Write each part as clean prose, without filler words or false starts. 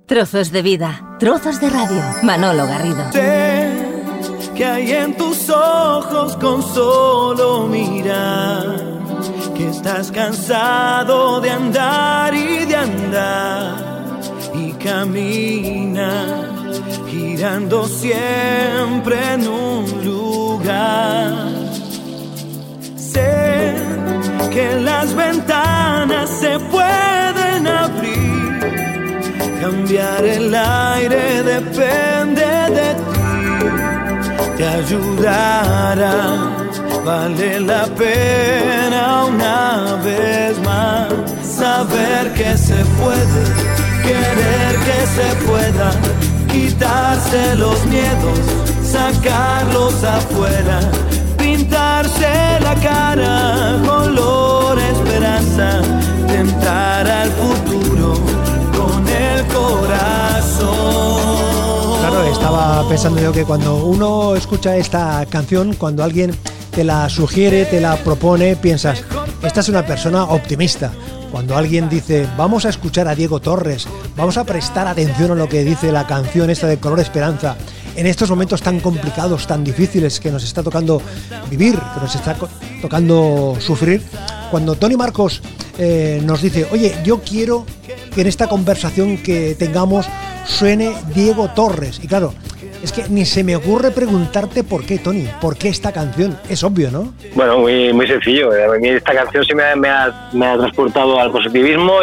Trozos de vida, trozos de radio. Manolo Garrido. Sé que hay en tus ojos con solo mirar, que estás cansado de andar y de andar, y caminas girando siempre en un lugar. Sé que las ventanas se pueden abrir, cambiar el aire depende de ti, te ayudará, vale la pena una vez más saber que se puede, querer que se pueda, quitarse los miedos, sacarlos afuera, pintarse la cara color esperanza, tentar al futuro con el corazón. Claro, estaba pensando yo que cuando uno escucha esta canción, cuando alguien te la sugiere, te la propone, piensas, esta es una persona optimista. Cuando alguien dice, vamos a escuchar a Diego Torres, vamos a prestar atención a lo que dice la canción esta de Color Esperanza, en estos momentos tan complicados, tan difíciles que nos está tocando vivir, que nos está tocando sufrir, cuando Tony Marcos nos dice, oye, yo quiero que en esta conversación que tengamos suene Diego Torres, y claro, es que ni se me ocurre preguntarte por qué, Tony, por qué esta canción. Es obvio, ¿no? Bueno, muy sencillo. A mí esta canción sí me ha transportado al positivismo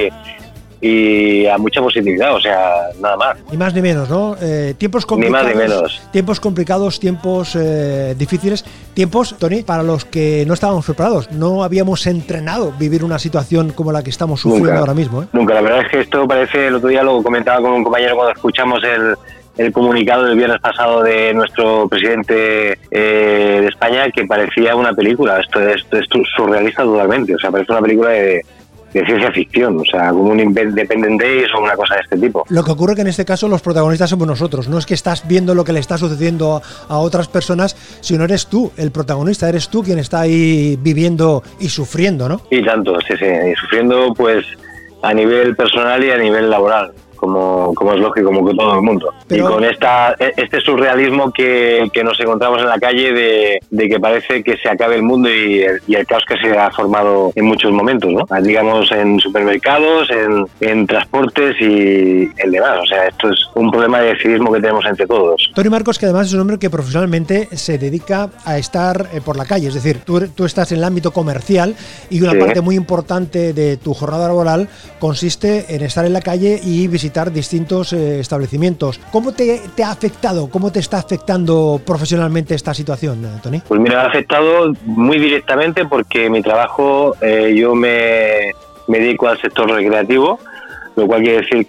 y a mucha positividad, o sea, nada más. Ni más ni menos, ¿no? Tiempos complicados. Ni más ni menos. Tiempos complicados, tiempos difíciles, tiempos, Tony, para los que no estábamos preparados. No habíamos entrenado vivir una situación como la que estamos sufriendo ahora mismo, ¿eh? Nunca, la verdad es que esto parece, el otro día lo comentaba con un compañero cuando escuchamos el comunicado del viernes pasado de nuestro presidente de España, que parecía una película. Esto es surrealista totalmente, o sea, parece una película de ciencia ficción, o sea, como un Independent Days o una cosa de este tipo. Lo que ocurre que en este caso los protagonistas somos nosotros, no es que estás viendo lo que le está sucediendo a otras personas, sino eres tú el protagonista, eres tú quien está ahí viviendo y sufriendo, ¿no? Y tanto, sí, y sufriendo pues a nivel personal y a nivel laboral. Como es lógico, como que todo el mundo. Pero... Y con este surrealismo que nos encontramos en la calle de que parece que se acabe el mundo y el caos que se ha formado en muchos momentos, ¿no? Digamos en supermercados, en transportes y el demás. O sea, esto es un problema de civismo que tenemos entre todos. Tony Marcos, que además es un hombre que profesionalmente se dedica a estar por la calle, es decir, tú estás en el ámbito comercial y una parte muy importante de tu jornada laboral consiste en estar en la calle y visitar distintos establecimientos. ¿Cómo te ha afectado, cómo te está afectando profesionalmente esta situación, Tony? Pues mira, me ha afectado muy directamente porque mi trabajo, yo me dedico al sector recreativo, lo cual quiere decir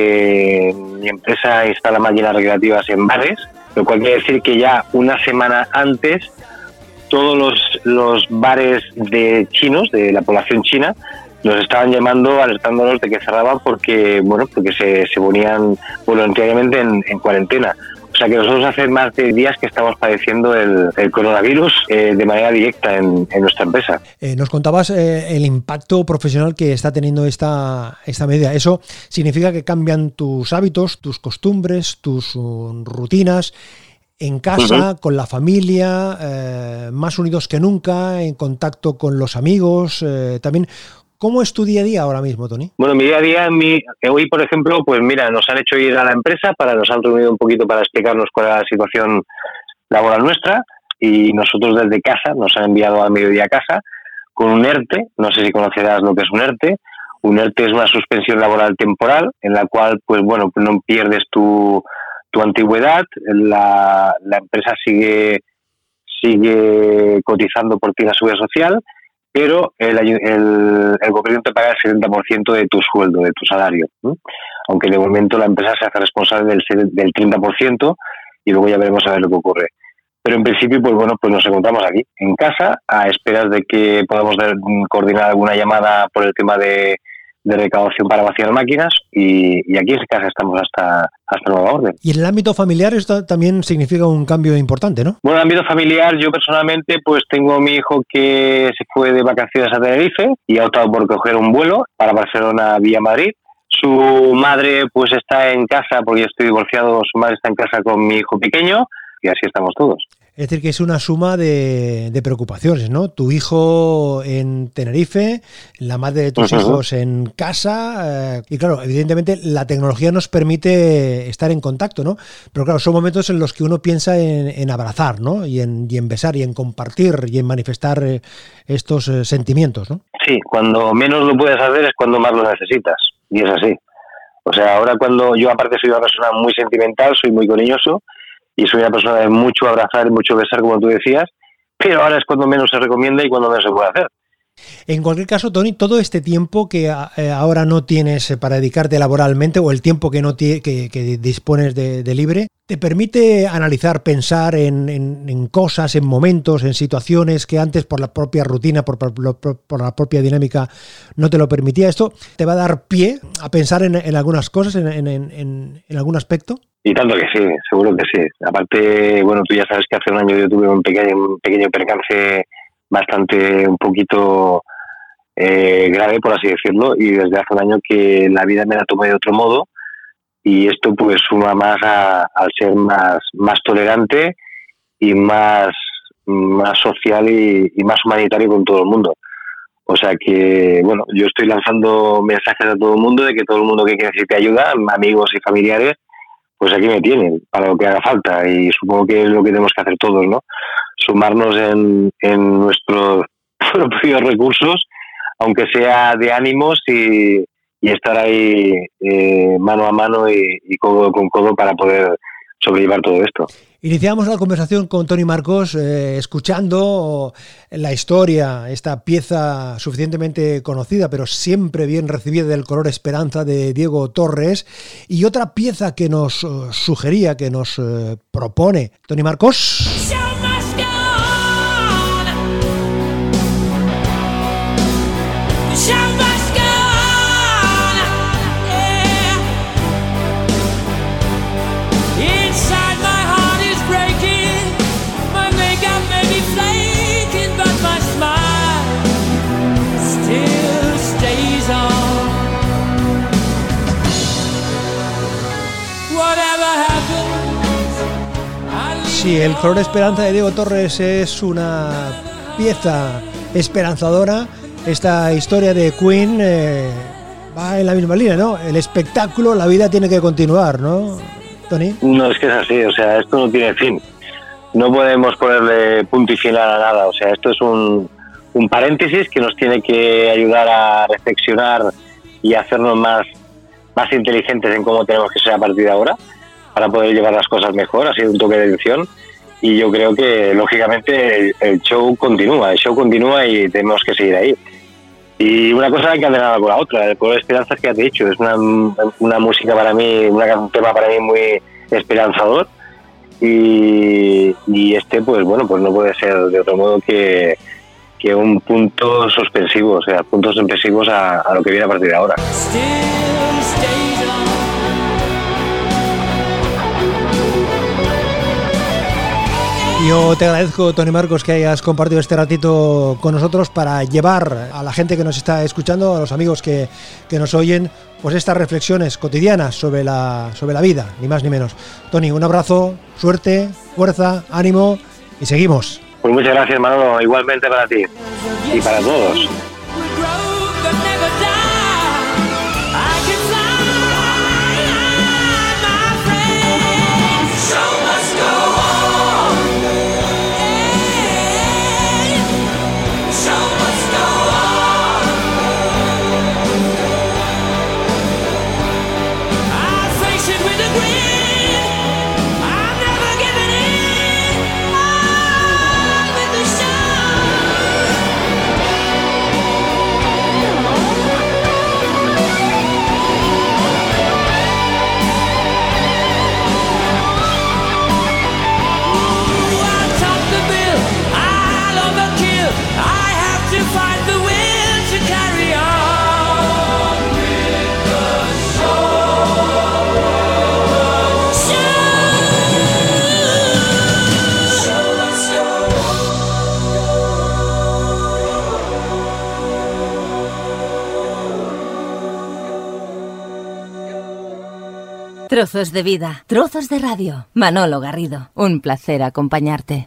que mi empresa instala máquinas recreativas en bares, lo cual quiere decir que ya una semana antes todos los bares de chinos, de la población china, nos estaban llamando, alertándonos de que cerraban porque se ponían voluntariamente en cuarentena. O sea que nosotros hace más de días que estamos padeciendo el coronavirus de manera directa en nuestra empresa. Nos contabas el impacto profesional que está teniendo esta medida. Eso significa que cambian tus hábitos, tus costumbres, tus rutinas en casa, con la familia, más unidos que nunca, en contacto con los amigos, también. ¿Cómo es tu día a día ahora mismo, Tony? Bueno, mi día a día, hoy, por ejemplo, pues mira, nos han hecho ir a la empresa, nos han reunido un poquito para explicarnos cuál es la situación laboral nuestra, y nosotros desde casa nos han enviado al mediodía a casa con un ERTE. No sé si conocerás lo que es un ERTE. Un ERTE es una suspensión laboral temporal en la cual, pues bueno, no pierdes tu antigüedad, la empresa sigue cotizando por ti en la seguridad social, pero el gobierno te paga el 70% de tu sueldo, de tu salario, ¿no? Aunque de momento la empresa se hace responsable del 30% y luego ya veremos a ver lo que ocurre. Pero en principio, pues bueno, pues nos encontramos aquí, en casa, a esperas de que podamos coordinar alguna llamada por el tema de recaudación para vaciar máquinas, y aquí en casa estamos hasta nueva orden. Y en el ámbito familiar esto también significa un cambio importante, ¿no? Bueno, en el ámbito familiar, yo personalmente pues tengo a mi hijo que se fue de vacaciones a Tenerife y ha optado por coger un vuelo para Barcelona vía Madrid. Su madre pues está en casa, porque yo estoy divorciado, su madre está en casa con mi hijo pequeño y así estamos todos. Es decir, que es una suma de preocupaciones, ¿no? Tu hijo en Tenerife, la madre de tus hijos en casa, y claro, evidentemente la tecnología nos permite estar en contacto, ¿no? Pero claro, son momentos en los que uno piensa en abrazar, ¿no? Y en besar y en compartir y en manifestar estos sentimientos, ¿no? Sí, cuando menos lo puedes hacer es cuando más lo necesitas, y es así. O sea, ahora cuando yo aparte soy una persona muy sentimental, soy muy cariñoso, y soy una persona de mucho abrazar y mucho besar, como tú decías, pero ahora es cuando menos se recomienda y cuando menos se puede hacer. En cualquier caso, Toni, todo este tiempo que ahora no tienes para dedicarte laboralmente, o el tiempo que que dispones de libre, te permite analizar, pensar en cosas, en momentos, en situaciones que antes por la propia rutina, por la propia dinámica no te lo permitía. ¿Esto te va a dar pie a pensar en algunas cosas, en algún aspecto? Y tanto que sí, seguro que sí. Aparte, bueno, tú ya sabes que hace un año yo tuve un pequeño percance bastante, un poquito grave, por así decirlo, y desde hace un año que la vida me la tomé de otro modo, y esto pues suma más al ser más tolerante y más social y más humanitario con todo el mundo. O sea que, bueno, yo estoy lanzando mensajes a todo el mundo de que todo el mundo que necesite ayuda, amigos y familiares, pues aquí me tienen, para lo que haga falta, y supongo que es lo que tenemos que hacer todos, ¿no? Sumarnos en nuestros propios recursos, aunque sea de ánimos, y estar ahí mano a mano y codo con codo para poder sobrellevar todo esto. Iniciamos la conversación con Toni Marcos escuchando la historia, esta pieza suficientemente conocida pero siempre bien recibida del Color Esperanza de Diego Torres, y otra pieza que nos sugería, que nos propone Toni Marcos. Sí, el Color Esperanza de Diego Torres es una pieza esperanzadora. Esta historia de Queen va en la misma línea, ¿no? El espectáculo, la vida tiene que continuar, ¿no, Toni? No, es que es así, o sea, esto no tiene fin. No podemos ponerle punto y final a nada, o sea, esto es un paréntesis que nos tiene que ayudar a reflexionar y a hacernos más inteligentes en cómo tenemos que ser a partir de ahora, para poder llevar las cosas mejor. Ha sido un toque de edición y yo creo que lógicamente el show continúa y tenemos que seguir ahí. Y una cosa encadenada con la otra. El Color Esperanza, que ya te he dicho, es una música para mí, un tema para mí muy esperanzador, y este pues bueno, pues no puede ser de otro modo que un punto suspensivo, o sea, puntos suspensivos a lo que viene a partir de ahora. Yo te agradezco, Toni Marcos, que hayas compartido este ratito con nosotros para llevar a la gente que nos está escuchando, a los amigos que nos oyen, pues estas reflexiones cotidianas sobre la vida, ni más ni menos. Toni, un abrazo, suerte, fuerza, ánimo y seguimos. Pues muchas gracias, Manolo, igualmente para ti y para todos. Trozos de vida, trozos de radio. Manolo Garrido, un placer acompañarte.